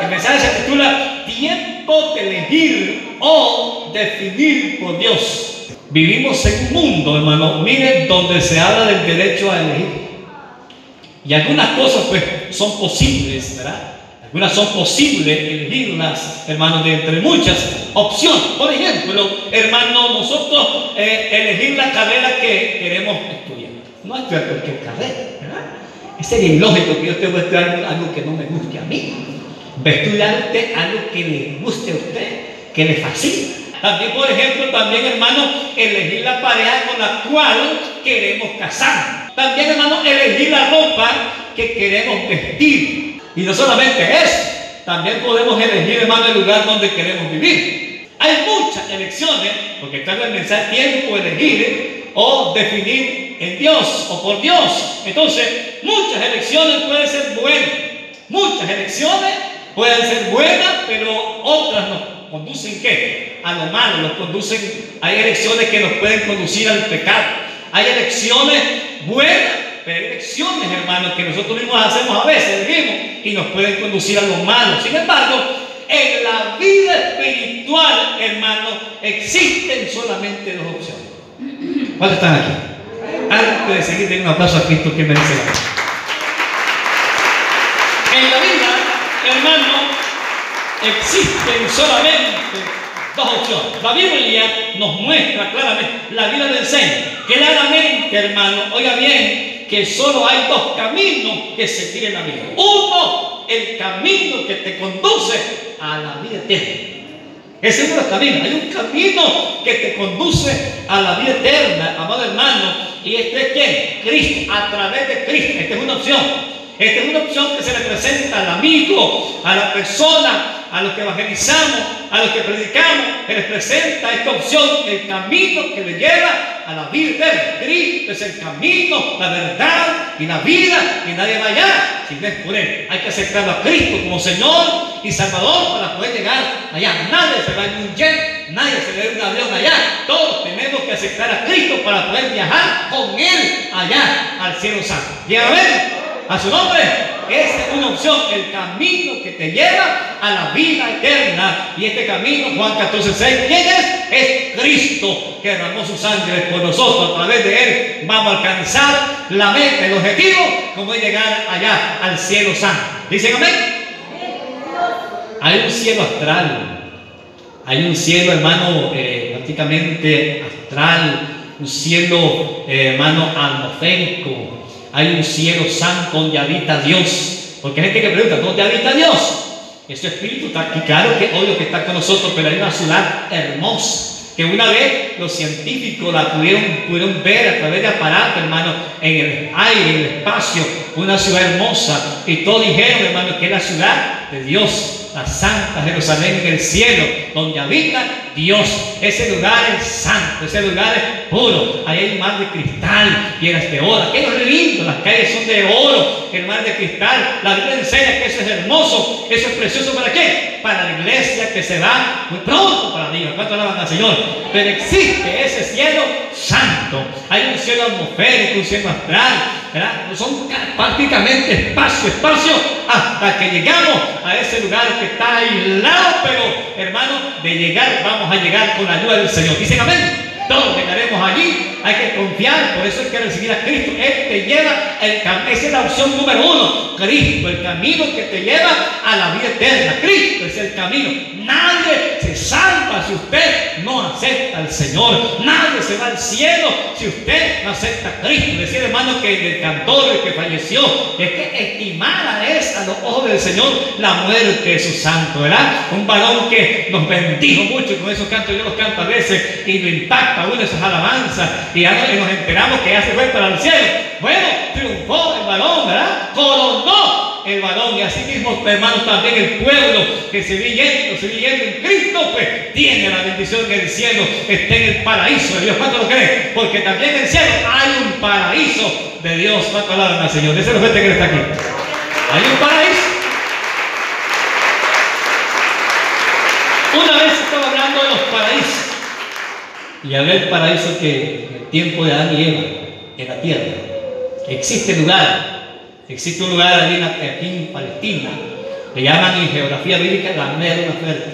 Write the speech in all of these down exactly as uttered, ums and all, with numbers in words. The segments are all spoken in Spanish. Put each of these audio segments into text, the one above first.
El mensaje se titula Tiempo de elegir o definir por Dios. Vivimos en un mundo, hermano, miren, donde se habla del derecho a elegir. Y algunas cosas pues son posibles, ¿verdad? Algunas son posibles elegirlas, hermanos, de entre muchas opciones. Por ejemplo, hermano, nosotros eh, elegir la carrera que queremos estudiar. No estudiar cualquier carrera, ¿verdad? Sería ilógico que yo tenga que estudiar algo, algo que no me guste a mí. Va a estudiar usted algo que le guste a usted, que le fascine. También, por ejemplo, también, hermano, elegir la pareja con la cual queremos casar. También, hermano, elegir la ropa que queremos vestir. Y no solamente eso, también podemos elegir, hermano, el lugar donde queremos vivir. Hay muchas elecciones, porque está en el mensaje tiempo de elegir o definir en Dios o por Dios. Entonces, muchas elecciones pueden ser buenas. Muchas elecciones pueden ser buenas, pero otras no. ¿Conducen qué? A lo malo, nos conducen. Hay elecciones que nos pueden conducir al pecado. Hay elecciones buenas, pero hay elecciones, hermanos, que nosotros mismos hacemos a veces, elegimos, y nos pueden conducir a lo malo. Sin embargo, en la vida espiritual, hermanos, existen solamente dos opciones. ¿Cuántos están aquí? Antes de seguir, den un aplauso a Cristo que merece la pena. En la vida, hermano, existen solamente dos opciones. La Biblia nos muestra claramente, la Biblia nos enseña claramente, hermano, oiga bien, que solo hay dos caminos que seguir en la vida. Uno, el camino que te conduce a la vida eterna. Ese es uno de los caminos. Hay un camino que te conduce a la vida eterna, amado hermano, y este es ¿quién? Cristo, a través de Cristo. Esta es una opción. Esta es una opción que se le presenta al amigo, a la persona, a los que evangelizamos, a los que predicamos, se les presenta esta opción, el camino que le lleva a la vida eterna. Cristo es el camino, la verdad y la vida, y nadie va allá si no es por Él. Hay que aceptar a Cristo como Señor y Salvador para poder llegar allá. Nadie se va en un jet, nadie se ve en un avión allá. Todos tenemos que aceptar a Cristo para poder viajar con Él allá al cielo santo. ¿Y a ver? A su nombre, esa es una opción, el camino que te lleva a la vida eterna. Y este camino, Juan catorce seis, ¿quién es? Es Cristo, que derramó su sangre por nosotros. A través de Él vamos a alcanzar la meta, el objetivo, como es llegar allá al cielo santo. ¿Dicen amén? Hay un cielo astral, hay un cielo, hermano, eh, prácticamente astral, un cielo, eh, hermano, atmosférico. Hay un cielo santo donde habita Dios. Porque hay gente que pregunta, ¿dónde habita Dios? Ese espíritu está aquí, claro que obvio que está con nosotros, pero hay una ciudad hermosa, que una vez los científicos la pudieron, pudieron ver a través de aparatos, hermano, en el aire, en el espacio, una ciudad hermosa. Y todos dijeron, hermano, que es la ciudad de Dios, la santa Jerusalén en el cielo, donde habita Dios. Ese lugar es santo, ese lugar es puro. Ahí hay un mar de cristal llenas de oro. Aquello es lindo, las calles son de oro, el mar de cristal. La Biblia enseña que eso es hermoso, eso es precioso. ¿Para qué? Para la iglesia que se va muy pronto para Dios. ¿Cuánto alaban al Señor? Pero existe ese cielo santo. Hay un cielo atmosférico, un cielo astral, ¿verdad? Son prácticamente espacio, espacio, hasta que llegamos a ese lugar que está aislado, pero hermano, de llegar, vamos a llegar con la ayuda del Señor. Dicen amén. Todos llegaremos allí, hay que confiar, por eso hay que recibir a Cristo. Él te lleva, el camino, esa es la opción número uno, Cristo, el camino que te lleva a la vida eterna. Cristo es el camino. Nadie se salva si usted no acepta al Señor. Nadie se va al cielo si usted no acepta a Cristo. Decía, hermano, que el cantor, el que falleció, es que estimada es a los ojos del Señor la muerte de su santo, ¿verdad? Un varón que nos bendijo mucho, y con esos cantos yo los canto a veces y lo impacta a uno esas alabanzas, y ya nos enteramos que ya se fue para el cielo. Bueno, triunfó el varón, ¿verdad? Coronó el varón, y así mismo, hermanos, también el pueblo que se vive yendo, se vive yendo en Cristo, pues tiene la bendición que el cielo esté en el paraíso de Dios. ¿Cuánto lo creen? Porque también en el cielo hay un paraíso de Dios. ¿Cuánto alaban al Señor? Ese es el gente que está aquí. Hay un paraíso. Una vez estaba hablando de los paraísos, y había el paraíso que en el tiempo de Adán y Eva, en la tierra. Existe lugar, existe un lugar aquí en, aquí en Palestina, Le llaman en geografía bíblica la merma fértil.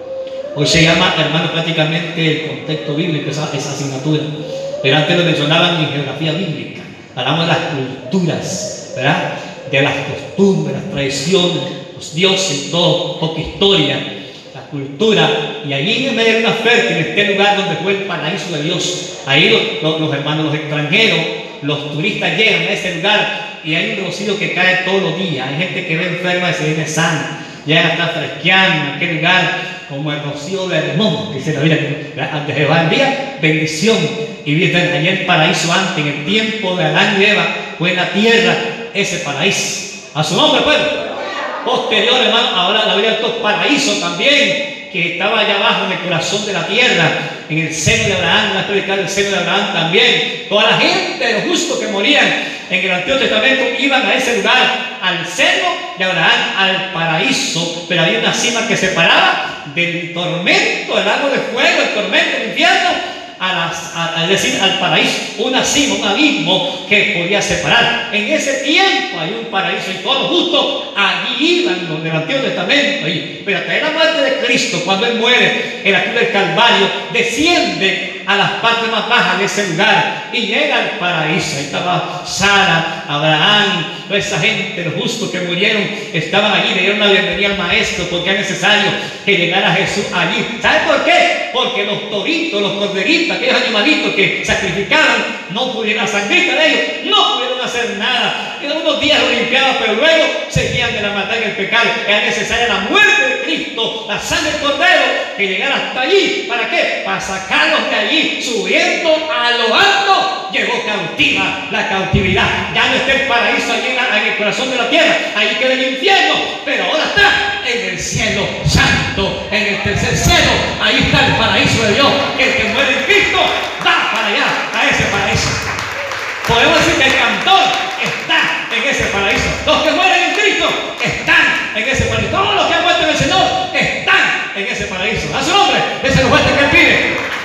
Hoy se llama, hermano, prácticamente el contexto bíblico, esa, esa asignatura. Pero antes lo mencionaban en geografía bíblica. Hablamos de las culturas, ¿verdad? De las costumbres, las tradiciones, los dioses, todo, poca historia, la cultura. Y allí en merma fértil, en este lugar donde fue el paraíso de Dios, ahí los, los, los hermanos, los extranjeros, los turistas llegan a ese lugar y hay un rocío que cae todos los días. Hay gente que ve enferma y se viene sana. Llegan a estar fresqueando en aquel lugar como el rocío de Hermón, dice la Biblia, antes Jehová envía bendición. Y vienen allá el paraíso antes, en el tiempo de Adán y Eva, fue en la tierra ese paraíso. A su nombre, pues. Posterior, hermano, ahora la Biblia de estos paraísos también, que estaba allá abajo en el corazón de la tierra, en el seno de Abraham, la predicar el seno de Abraham también. Toda la gente, los justos que morían en el Antiguo Testamento, iban a ese lugar, al seno de Abraham, al paraíso. Pero había una cima que separaba del tormento, el lago de fuego, el tormento del infierno, a las, a, a decir, al paraíso, una cima, un abismo que podía separar. En ese tiempo hay un paraíso y todos los justos allí iban, los del Antiguo Testamento. Y, pero hasta la muerte de Cristo, cuando Él muere en la cruz del Calvario, desciende a las partes más bajas de ese lugar y llega al paraíso. Ahí estaba Sara, Abraham, toda esa gente, los justos que murieron, estaban allí, le dieron la bienvenida al Maestro, porque es necesario que llegara Jesús allí. ¿Saben por qué? Porque los toritos, los corderitos, aquellos animalitos que sacrificaban, no pudieron, la sangrita de ellos, no pudieron hacer nada. En unos días lo limpiaban, pero luego seguían de la maldad y el pecado. Era necesaria la muerte de Cristo, la sangre del Cordero, que llegara hasta allí. ¿Para qué? Para sacarlos de allí, subiendo a lo alto, llegó cautiva la cautividad. Ya no está el paraíso allí en, la, en el corazón de la tierra, ahí queda el infierno, pero ahora está en el cielo santo, en el tercer cielo. Ahí está el paraíso de Dios. El que muere en Cristo va para allá, a ese paraíso. Podemos decir que el cantor está en ese paraíso. Los que mueren en Cristo están en ese paraíso. Todos los que han muerto en el Señor están en ese paraíso. A su nombre, ese es el fuerte que Él pide.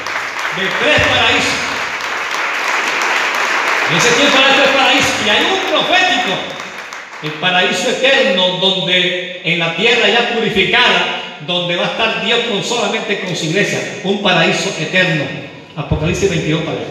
De tres paraísos. En ese tiempo hay tres paraísos. Y hay un profético, el paraíso eterno, donde en la tierra ya purificada, donde va a estar Dios con, solamente con su iglesia. Un paraíso eterno. Apocalipsis veintidós para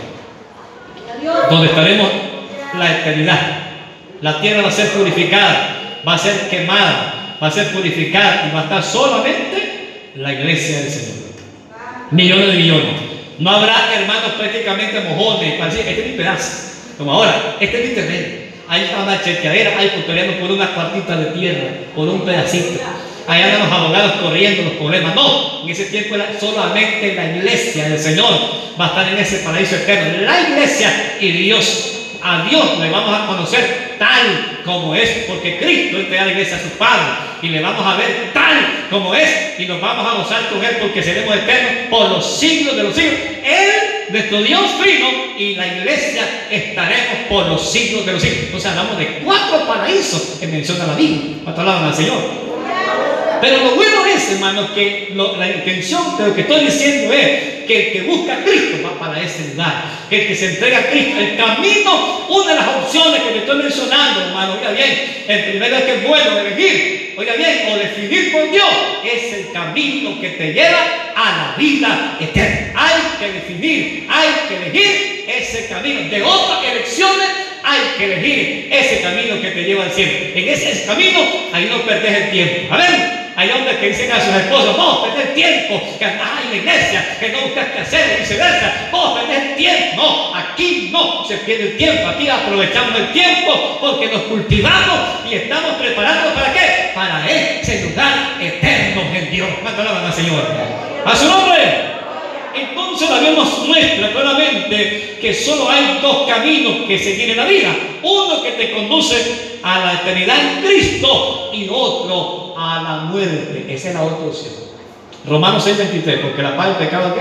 allá, donde estaremos la eternidad. La tierra va a ser purificada, va a ser quemada, va a ser purificada y va a estar solamente la iglesia del Señor. Millones de millones. No habrá, hermanos, prácticamente mojones. Este es mi pedazo, como ahora, este es mi terreno. Hay una chequeadera, hay peleando por unas cuartitas de tierra, por un pedacito. Allá andan los abogados corriendo los problemas. No, en ese tiempo era solamente la iglesia del Señor va a estar en ese paraíso eterno. La iglesia y Dios. A Dios le vamos a conocer tal como es, porque Cristo entrega a la iglesia a su Padre y le vamos a ver tal como es y nos vamos a gozar con Él, porque seremos eternos por los siglos de los siglos. Él, nuestro Dios trino, y la iglesia estaremos por los siglos de los siglos. Entonces hablamos de cuatro paraísos que menciona la Biblia. ¿Cuánto hablaban al Señor? Pero lo bueno es, hermanos, que lo, la intención de lo que estoy diciendo es que el que busca a Cristo va para ese lugar. Que el que se entrega a Cristo, el camino, una de las opciones que te estoy mencionando, hermano, oiga bien, el primero es que es bueno elegir, oiga bien, o decidir por Dios, es el camino que te lleva a la vida eterna. Hay que definir, hay que elegir ese camino. De otras elecciones, hay que elegir ese camino que te lleva al cielo. En ese, ese camino, ahí no perdés el tiempo. Amén. Hay hombres que dicen a sus esposos: vos perdés tiempo, que andás en la iglesia, que no buscas qué hacer, y viceversa. Vos perdés tiempo. No, aquí no se pierde el tiempo. Aquí aprovechamos el tiempo porque nos cultivamos y estamos preparando ¿para qué? Para ese lugar eterno en Dios. ¿Cuánto alaban al Señor? ¡A su nombre! Entonces la Biblia nos muestra claramente que solo hay dos caminos que seguir en la vida. Uno que te conduce a la eternidad en Cristo y otro a la muerte. Esa es la otra opción. Romanos seis veintitrés, porque la paga del pecado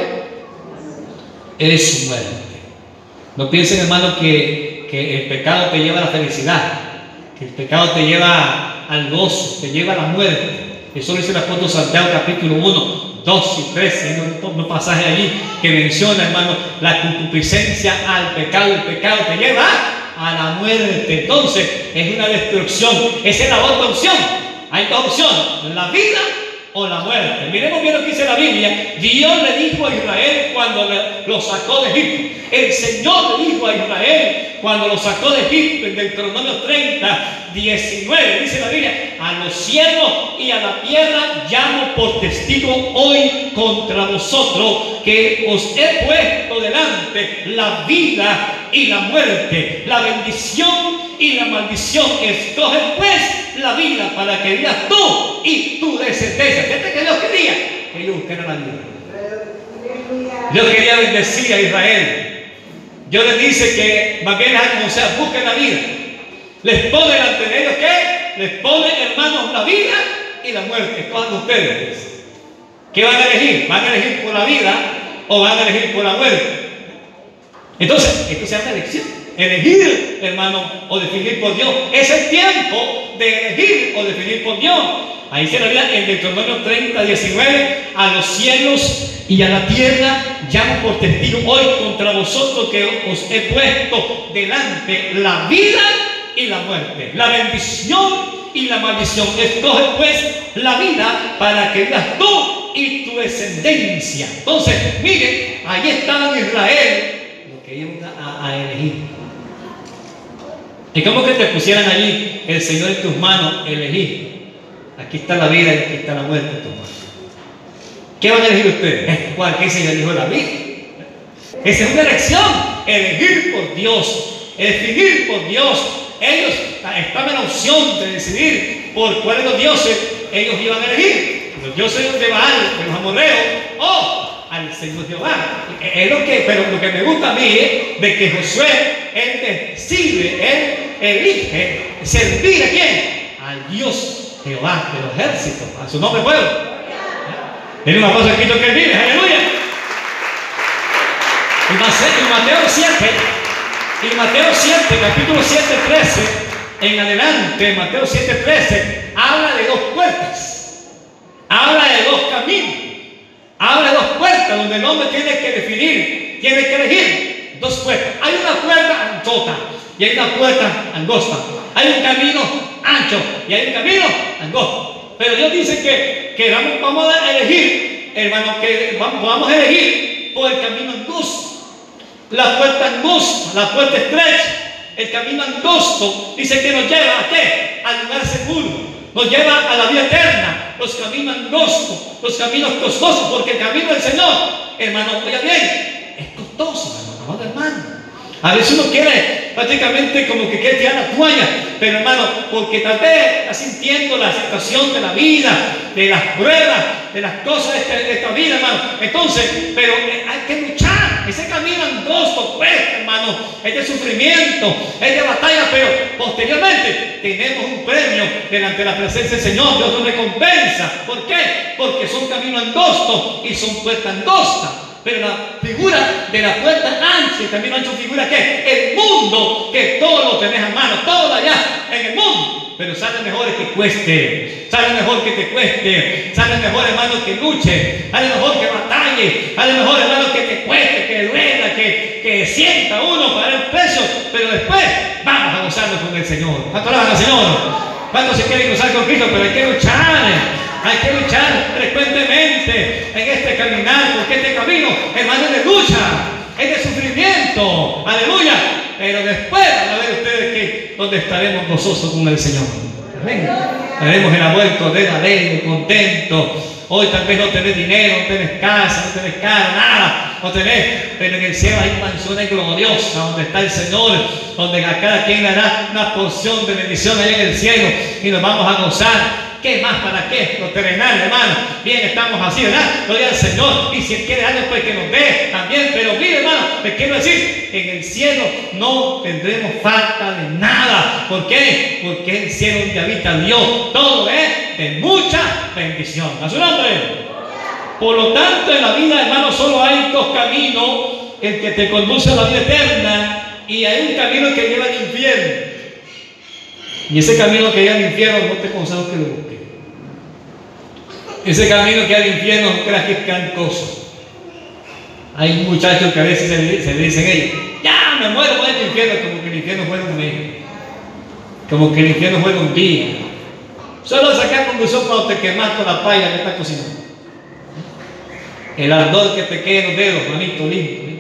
¿qué? Es muerte. No piensen, hermano, que, que el pecado te lleva a la felicidad, que el pecado te lleva al gozo, te lleva a la muerte. Eso lo dice el apóstol Santiago, capítulo uno, dos y tres. Hay un, un pasaje allí que menciona, hermano, la concupiscencia al pecado. El pecado te lleva a la muerte. Entonces es una destrucción. Esa es la otra opción. Hay dos opciones, la vida o la muerte. Miremos bien lo que dice la Biblia. Dios le dijo a Israel cuando le, lo sacó de Egipto. El Señor le dijo a Israel cuando lo sacó de Egipto, en Deuteronomio treinta, diecinueve, dice la Biblia: a los cielos y a la tierra llamo por testigo hoy contra vosotros, que os he puesto delante la vida y la muerte, la bendición y la maldición. Escoge pues la vida para que vivas tú y tu descendencia. Fíjate que Dios quería que ellos buscaran la vida. Dios quería bendecir a Israel. Dios les dice que más bien como sea, busquen la vida. Les pone delante de ellos, ¿qué? Les pone, hermanos, la vida y la muerte. Escojan ustedes. ¿Qué van a elegir? ¿Van a elegir por la vida o van a elegir por la muerte? Entonces, esto se llama elección. Elegir, hermano, o definir por Dios. Es el tiempo de elegir o definir por Dios. Ahí se la Biblia en Deuteronomio treinta, diecinueve: a los cielos y a la tierra llamo por testigo hoy contra vosotros, que os he puesto delante la vida y la muerte, la bendición y la maldición. Escoge pues la vida para que vivas tú y tu descendencia. Entonces, miren, ahí estaba en Israel lo que iban a, a elegir. Y como que te pusieran allí el Señor en tus manos, elegir. Aquí está la vida y aquí está la muerte en tus manos. ¿Qué van a elegir ustedes? ¿Cuál? ¿Qué se eligió la vida? Esa es una elección. Elegir por Dios, definir por Dios. Ellos estaban en la opción de decidir por cuáles los dioses ellos iban a elegir. Los dioses de Baal, de los amorreos, o al Señor Jehová. Es lo que, pero lo que me gusta a mí es de que Josué, él decide, él elige servir a quién, al Dios Jehová de los ejércitos, a su nombre pueblo. Tiene una cosa escrito que él vive, aleluya. Y Mateo siete, y Mateo siete, capítulo siete, trece, en adelante, Mateo siete, trece, habla de dos puertas, habla de dos caminos, habla de dos puertas donde el hombre tiene que definir, tiene que elegir dos puertas. Hay una puerta anchota y hay una puerta angosta. Hay un camino ancho y hay un camino angosto. Pero Dios dice que, que vamos, vamos a elegir, hermano, que vamos, vamos a elegir por el camino angosto. La puerta angosta, la puerta estrecha, el camino angosto, dice que nos lleva a qué? Al lugar seguro, nos lleva a la vida eterna. Los caminos angostos, los caminos costosos, porque el camino del Señor, hermano, oiga bien, es costoso, hermano, hermano. A veces uno quiere prácticamente como que quiere tirar la toalla, pero hermano, porque tal vez está sintiendo la situación de la vida, de las pruebas, de las cosas de esta, de esta vida, hermano. Entonces, pero hay que luchar. Ese camino angosto, cuesta, hermano, es de sufrimiento, es de batalla, pero posteriormente tenemos un premio delante de la presencia del Señor. Dios nos recompensa. ¿Por qué? Porque son caminos angostos y son puertas angostas. Pero la figura de la puerta ancha, y también ancho figura que el mundo, que todo lo tenés a mano, todo allá en el mundo. Pero sale mejor que cueste, sale mejor que te cueste, sale mejor, hermano, que luche, sale mejor que batalle, sale mejor, hermano, que te cueste, que duela, que, que sienta uno para el precio, pero después vamos a gozarnos con el Señor. ¿Cuánto alaban al Señor? ¿Cuántos se quieren gozar con Cristo? Pero hay que luchar. Hay que luchar frecuentemente en este caminar, porque este camino, hermano, es de lucha, es de sufrimiento, aleluya. Pero después van a ver ustedes que donde estaremos gozosos con el Señor. Amén. Estaremos en la vuelta de alegre, contento. Hoy tal vez no tenés dinero, no tenés casa, no tenés cara, nada, no tenés, pero en el cielo hay mansiones gloriosas donde está el Señor, donde a cada quien le dará una porción de bendición allá en el cielo y nos vamos a gozar. ¿Qué más? ¿Para qué? Lo terrenal, hermano. Bien, estamos así, ¿verdad? Gloria al Señor. Y si Él quiere algo, pues que nos dé también. Pero mire, hermano, te quiero decir, en el cielo no tendremos falta de nada. ¿Por qué? Porque en el cielo donde habita Dios, todo es de mucha bendición. ¿A su nombre? Por lo tanto, en la vida, hermano, solo hay dos caminos: el que te conduce a la vida eterna, y hay un camino que lleva al infierno. Y ese camino que lleva al infierno, no te aconsejo que lo busques. Ese camino que lleva al infierno, no creas que es gran cosa. Hay muchachos que a veces se le, se le dicen ellos: ya me muero, voy al infierno, como que el infierno fuera un mes, como que el infierno fuera un día. Solo sacar conclusión cuando te quemas con la paila que estás cocinando. El ardor que te queda en los dedos, manito lindo.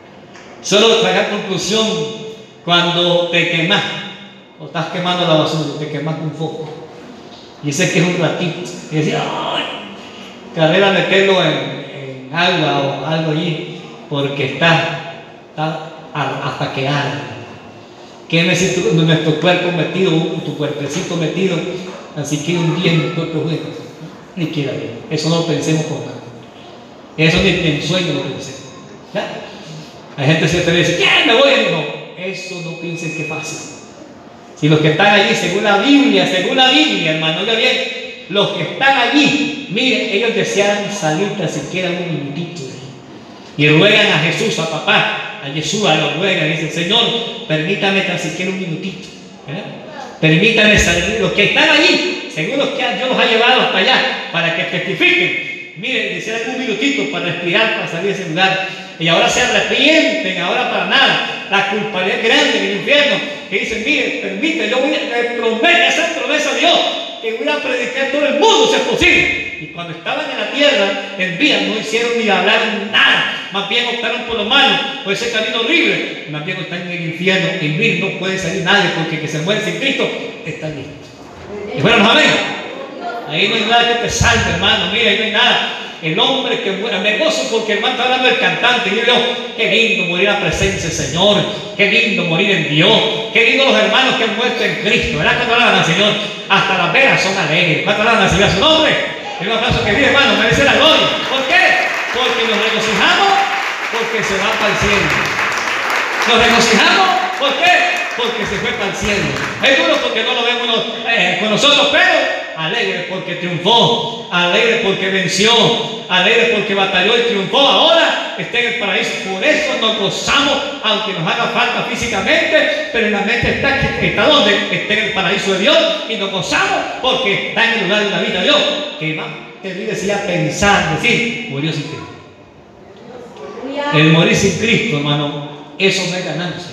Solo sacar conclusión cuando te quemas o estás quemando la basura, te quemas con un foco. Y ese que es un ratito. Y decía, ¡ay! Carrera meterlo en, en agua o algo allí, porque está, está hasta que arde. Queme si nuestro cuerpo metido, tu cuerpecito metido, así que un día en el cuerpo juego. Ni quiera bien. Eso no lo pensemos con nada. Eso ni en sueño lo pensemos. ¿Ya? Hay gente que te dice, ¿qué? Me voy. No, eso no piensen que es fácil. Si los que están allí, según la Biblia, según la Biblia, hermano, oiga bien, los que están allí, miren, ellos desean salir tan siquiera un minutito. Y ruegan a Jesús, a papá, a Yeshua, lo ruegan y dicen, Señor, permítame tan siquiera un minutito. ¿Verdad? Permítame salir. Los que están allí, según los que Dios los ha llevado hasta allá, para que testifiquen, miren, desean un minutito para respirar, para salir de ese lugar. Y ahora se arrepienten, ahora para nada. La culpabilidad es grande en el infierno. Que dicen, mire, permite, yo voy a prometer esa promesa a Dios, que voy a predicar a todo el mundo si es posible. Y cuando estaban en la tierra, en vida, no hicieron ni hablar nada. Más bien optaron por lo malo, por ese camino horrible. Y más bien están en el infierno. Y miren, no puede salir nadie, porque el que se muere sin Cristo está listo. Y bueno, amén. Ahí no hay nada que te salve, hermano. Mira, ahí no hay nada. El hombre que muere, me gozo porque el hermano está hablando del cantante. Y yo digo, qué lindo morir a la presencia del Señor, qué lindo morir en Dios, qué lindo los hermanos que han muerto en Cristo. ¿Verdad? Cuando hablan al Señor, hasta las veras son alegres. Cuando hablan al Señor, a su nombre. Y un aplauso que vive, hermano, merece la gloria. ¿Por qué? Porque nos regocijamos, porque se va para el cielo. Nos regocijamos, ¿por qué? Porque se fue para el cielo. Es duro porque no lo vemos eh, con nosotros, pero alegre porque triunfó, alegre porque venció, alegre porque batalló y triunfó. Ahora está en el paraíso. Por eso nos gozamos, aunque nos haga falta físicamente, pero en la mente está, está donde está en el paraíso de Dios, y nos gozamos porque está en el lugar de la vida de Dios. Que más te decía pensar, decir, murió sin Cristo. El morir sin Cristo, hermano, eso no es ganancia.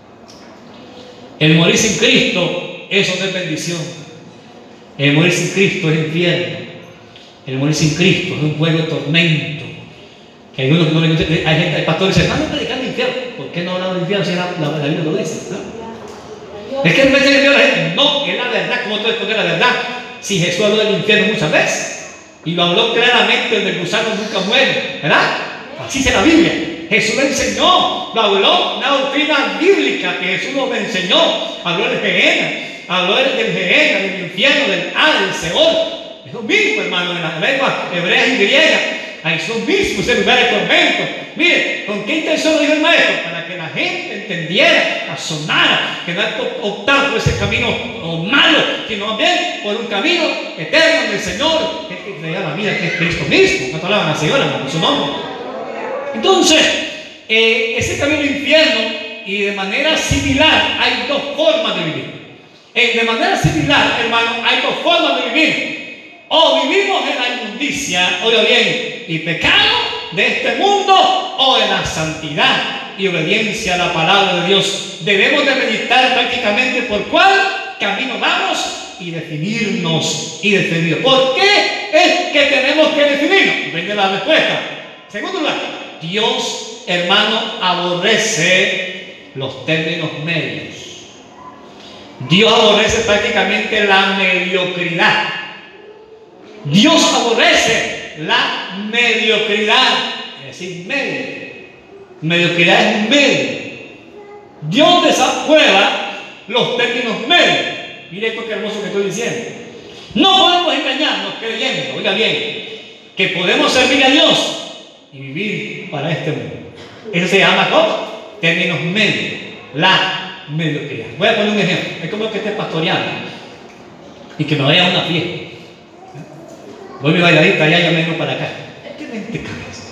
El morir sin Cristo, eso no es bendición. El morir sin Cristo es infierno. El morir sin Cristo es un fuego de tormento. Que hay algunos que no les gusta. Hay gente, hay pastores que dicen, no, no predicando infierno. ¿Por qué no hablan de infierno si la, la, la Biblia lo dice? ¿No? Es que en vez de infierno la gente, no, es la verdad. ¿Cómo tú esconder la verdad? Si Jesús habló del infierno muchas veces y lo habló claramente, donde el gusano nunca muere, ¿verdad? Así dice la Biblia. Jesús lo enseñó, lo habló, una doctrina bíblica que Jesús nos enseñó. Habló del Gehenna, habló del Gehenna, del infierno, del Hades, del Seol. Es lo mismo, hermano, en las lenguas hebreas y griegas. Ahí es lo mismo, ese lugar de tormento. Mire, ¿con qué intención lo dijo el maestro? Para que la gente entendiera, razonara, que no hay que optar por ese camino malo, sino más bien por un camino eterno del Señor, que es que traía la vida, que es Cristo mismo. ¿Cuánto hablaban la Señora por su nombre? Entonces, eh, ese camino infierno, y de manera similar, hay dos formas de vivir. Eh, de manera similar, hermano, hay dos formas de vivir. O vivimos en la inmundicia, oiga bien, y pecado de este mundo, o en la santidad y obediencia a la palabra de Dios. Debemos de meditar prácticamente por cuál camino vamos y definirnos y definir. ¿Por qué es que tenemos que definirnos? Venga la respuesta. Segundo lugar, Dios, hermano, aborrece los términos medios. Dios aborrece prácticamente la mediocridad. Dios aborrece la mediocridad. Es decir, medio. Mediocridad es medio. Dios desaprueba los términos medios. Mire esto que hermoso que estoy diciendo. No podemos engañarnos creyendo, oiga bien, que podemos servir a Dios y vivir para este mundo. Eso se llama ¿cómo? Términos medios. La mediocridad. Voy a poner un ejemplo. Es como que esté pastoreando y que me vaya a una fiesta. Voy mi bailadita allá y yo vengo para acá. ¿Qué mente cabeza?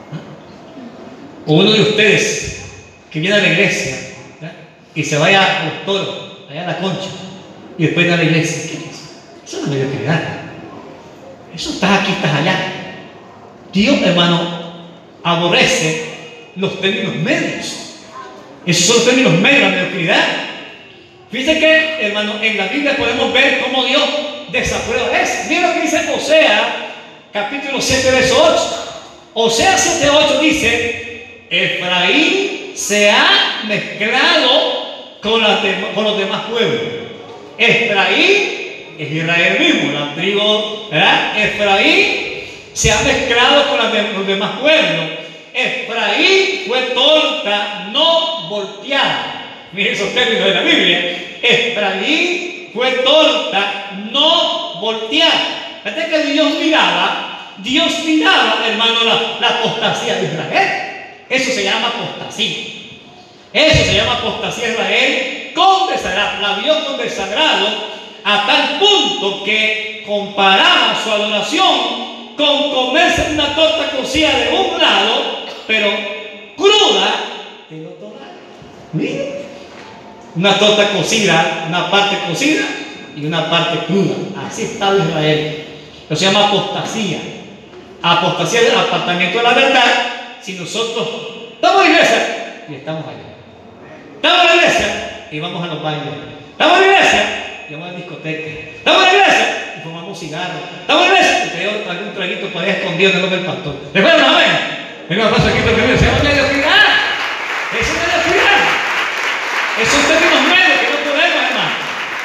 O uno de ustedes que viene a la iglesia, ¿verdad? Y se vaya a los toros, allá a la concha, y después va a la iglesia. ¿Qué es eso? Eso es una mediocridad. Eso estás aquí, estás allá. Dios, hermano, aborrece los términos medios. Esos son los términos medios, la mediocridad. Fíjense que, hermano, en la Biblia podemos ver cómo Dios desaprueba eso. Mira lo que dice Osea, capítulo siete, verso ocho. Osea siete, ocho dice: Efraín se ha mezclado con, las de, con los demás pueblos. Efraín es Israel mismo, la tribu, ¿verdad? Efraín se ha mezclado con las de, los demás pueblos. Efraín fue torta, no volteada. Miren esos términos de la Biblia. Efraín fue torta, no volteada. Fíjate que Dios miraba, Dios miraba, hermano, la, la apostasía de Israel. Eso se llama apostasía. Eso se llama apostasía de Israel con desagrado. La vio con desagrado a tal punto que comparaba su adoración con comerse una torta cocida de un lado, pero cruda del otro lado. Miren, una torta cocida, una parte cocida y una parte cruda. Así estaba Israel. Eso se llama apostasía. Apostasía del apartamiento de la verdad. Si nosotros estamos en la iglesia y estamos allá, estamos en la iglesia y vamos a los bailes, estamos en la iglesia y vamos a la discoteca, estamos en la iglesia y fumamos cigarros, estamos en la iglesia y te doy algún traguito por ahí escondido en el nombre del pastor. ¿Recuerdan una vez? Venga, pasa aquí lo primero, se llama mediocridad. Eso es mediocridad. Esos son términos medios que no podemos, hermano.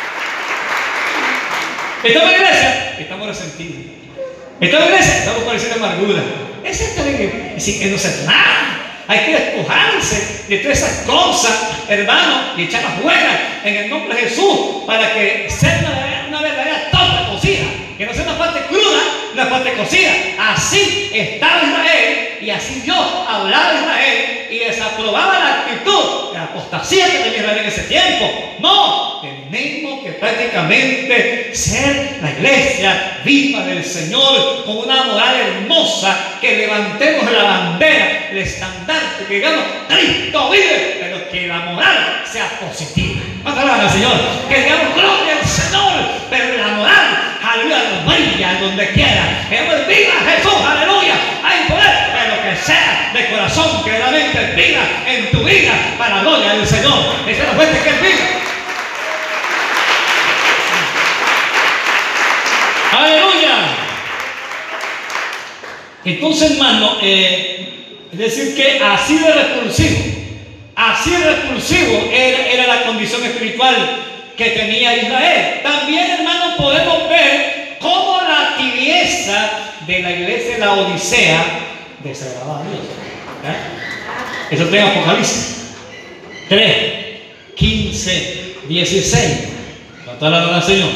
Estamos en la iglesia, estamos resentidos. Estamos en la iglesia, estamos padeciendo amargura. Ese es el que no se nada. Hay que despojarse de todas esas cosas, hermano, y echarlas fuera en el nombre de Jesús, para que sea una, una verdadera torta cocida, que no sea una parte cruda, una parte cocida. Así estaba Israel, y así Dios hablaba de Israel y desaprobaba la actitud de apostasía que tenía Israel en ese tiempo. No, tenemos que prácticamente ser la iglesia viva del Señor, con una moral hermosa, que levantemos la bandera, el estandarte, que digamos: Cristo vive, pero que la moral sea positiva. ¿Cuánto alaban al Señor? Que digamos: gloria al Señor, pero la moral, aleluya, brilla donde quiera. Que digamos: viva Jesús, aleluya, hay poder, pero que sea de corazón, que realmente viva en tu vida para la gloria del Señor. Esa es la fuente que Él vive. Aleluya. Entonces, hermano, eh, es decir que así de repulsivo, así de repulsivo era, era la condición espiritual que tenía Israel. También, hermano, podemos ver cómo la tibieza de la iglesia de la Odisea desagradaba a Dios. ¿Eh? Eso está en Apocalipsis tres, quince, dieciséis. ¿Cuánto la verdad, Señor?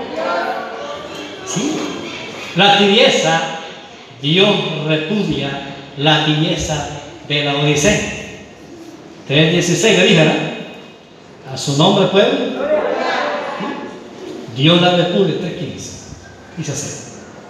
¿Sí? La tibieza, Dios repudia la tibieza de la Odisea. tres dieciséis le dije, ¿verdad? A su nombre, pueblo. Dios la repudia. tres quince. Dice así: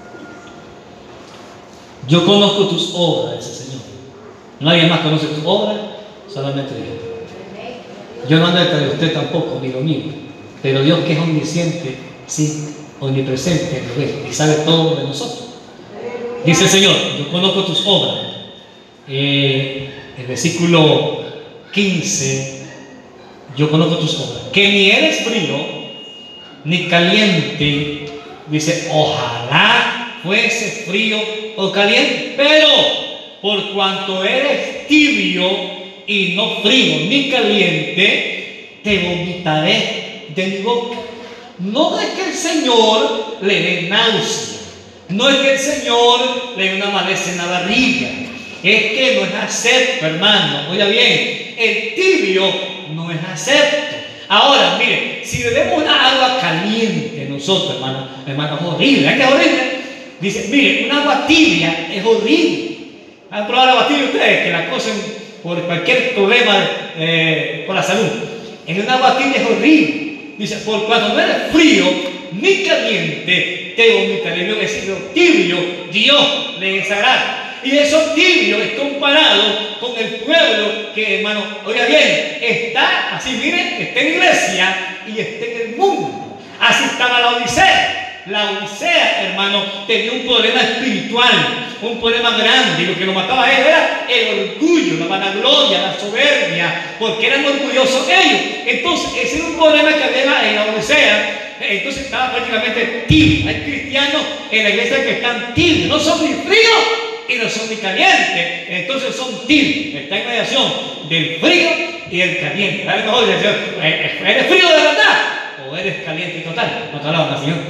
yo conozco tus obras, dice el Señor. Nadie más conoce tus obras, solamente yo. Yo no ando detrás de usted tampoco, ni lo mío. Pero Dios, que es omnisciente, sí, omnipresente, lo ve y sabe todo de nosotros. Dice el Señor: yo conozco tus obras. Eh, el versículo quince: yo conozco tus obras, que ni eres frío ni caliente. Dice: ojalá fuese frío o caliente, pero por cuanto eres tibio y no frío ni caliente, te vomitaré de mi boca. No es que el Señor le dé náusea, no es que el Señor le dé una maleza en la barriga, es que no es acepto, hermano. Oiga bien, el tibio no es acepto. Ahora, mire, si bebemos una agua caliente nosotros, hermano, hermano, es horrible. ¿Es que es horrible? Dice, mire, una agua tibia es horrible. ¿Han probado agua tibia ustedes que la cosen por cualquier problema eh, por la salud? En una agua tibia es horrible. Dice, por cuando no eres frío ni caliente, te vomitaré. Es decir, lo tibio, Dios le desagrada. Y eso tibio es comparado con el pueblo que, hermano, oiga bien, está así, miren, está en la iglesia y está en el mundo. Así estaba la Odisea. La Odisea, hermano, tenía un problema espiritual, un problema grande, y lo que lo mataba a él era el orgullo, la vanagloria, la soberbia, porque eran orgullosos ellos. Entonces, ese era un problema que había en la Odisea, Entonces estaba prácticamente tibio. Hay cristianos en la iglesia que están tibios, no son ni fríos y no son ni calientes, entonces son tibios. Está en mediación del frío y del caliente. A lo mejor ¿eres frío de verdad o eres caliente total? No te hablaba, Señor.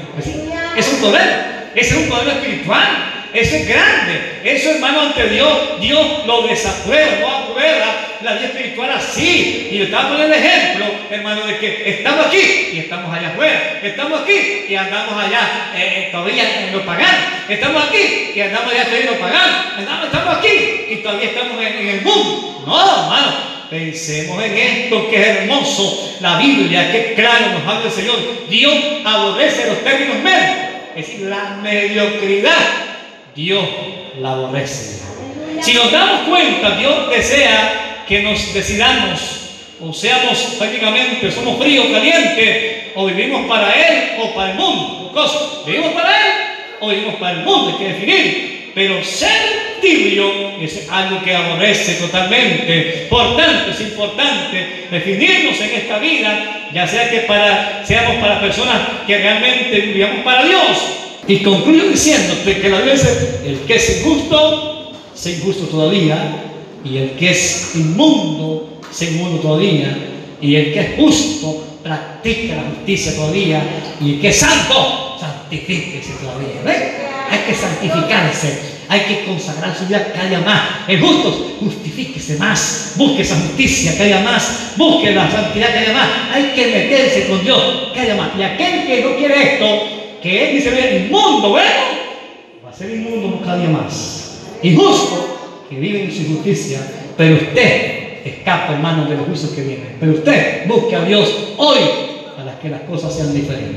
Es un poder, ese es un poder espiritual. Eso es grande. Eso, hermano, ante Dios, Dios lo desaprueba, no aprueba la vida espiritual así. Y yo estaba poniendo el ejemplo, hermano, de que estamos aquí y estamos allá afuera. Estamos aquí y andamos allá eh, todavía en lo pagano. Estamos aquí y andamos allá todavía en lo pagano. Estamos, estamos aquí y todavía estamos en, en el mundo. No, hermano. Pensemos en esto que es hermoso. La Biblia, que claro nos habla el Señor. Dios aborrece los términos medios. Es decir, la mediocridad. Dios la aborrece. Si nos damos cuenta, Dios desea que nos decidamos, o seamos prácticamente, somos fríos, calientes, o vivimos para Él o para el mundo. Cosa, ¿vivimos para Él o vivimos para el mundo? Hay que definir. Pero ser tibio es algo que aborrece totalmente. Por tanto, es importante definirnos en esta vida, ya sea que para, seamos para personas que realmente vivamos para Dios. Y concluyo diciéndote que la Biblia dice: el que es injusto, sea injusto todavía, y el que es inmundo, sea inmundo todavía, y el que es justo, practica la justicia todavía, y el que es santo, santifíquese todavía. ¿Ven? Hay que santificarse, hay que consagrar su vida cada día más. El justo, justifíquese más, busque esa justicia cada día más, busque la santidad cada día más. Hay que meterse con Dios cada día más. Y aquel que no quiere esto, que él dice: bien, inmundo, bueno, va a ser inmundo cada día más. Injusto, que vive en su injusticia, pero usted escapa, hermano, de los juicios que vienen. Pero usted busque a Dios hoy para que las cosas sean diferentes.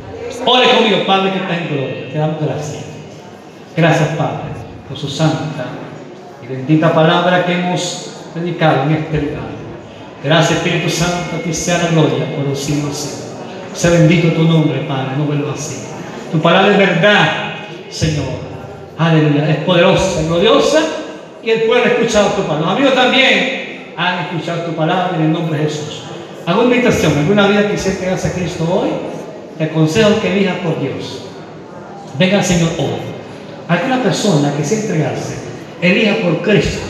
Ore conmigo, Padre que está en gloria. Te damos gracias. Gracias, Padre, por su santa y bendita palabra que hemos predicado en este lugar. Gracias, Espíritu Santo, a ti sea la gloria por los siglos de los siglos. Sea bendito tu nombre, Padre, no vuelva así. Tu palabra es verdad, Señor. Aleluya, es poderosa, gloriosa, y el pueblo ha escuchado tu palabra. Los amigos también han escuchado tu palabra en el nombre de Jesús. Hago invitación: alguna vida que se entregarse a Cristo hoy, te aconsejo que elijas por Dios. Venga al Señor hoy. Alguna persona que se entregarse, elija por Cristo.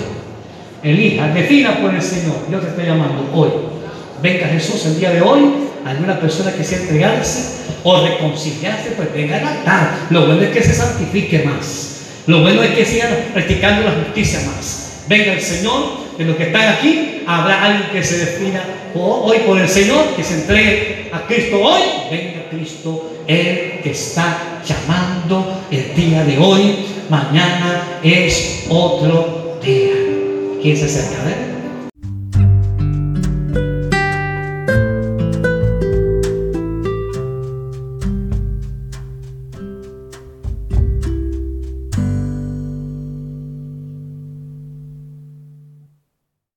Elija, defina por el Señor. Dios te está llamando hoy. Venga Jesús el día de hoy. Alguna persona que sea entregarse o reconciliarse, pues venga al altar. Lo bueno es que se santifique más. Lo bueno es que sigan practicando la justicia más. Venga el Señor. De los que están aquí, habrá alguien que se defina hoy por el Señor, que se entregue a Cristo hoy. Venga Cristo, Él te está llamando el día de hoy. Mañana es otro día. ¿Quién se acerca? A ver.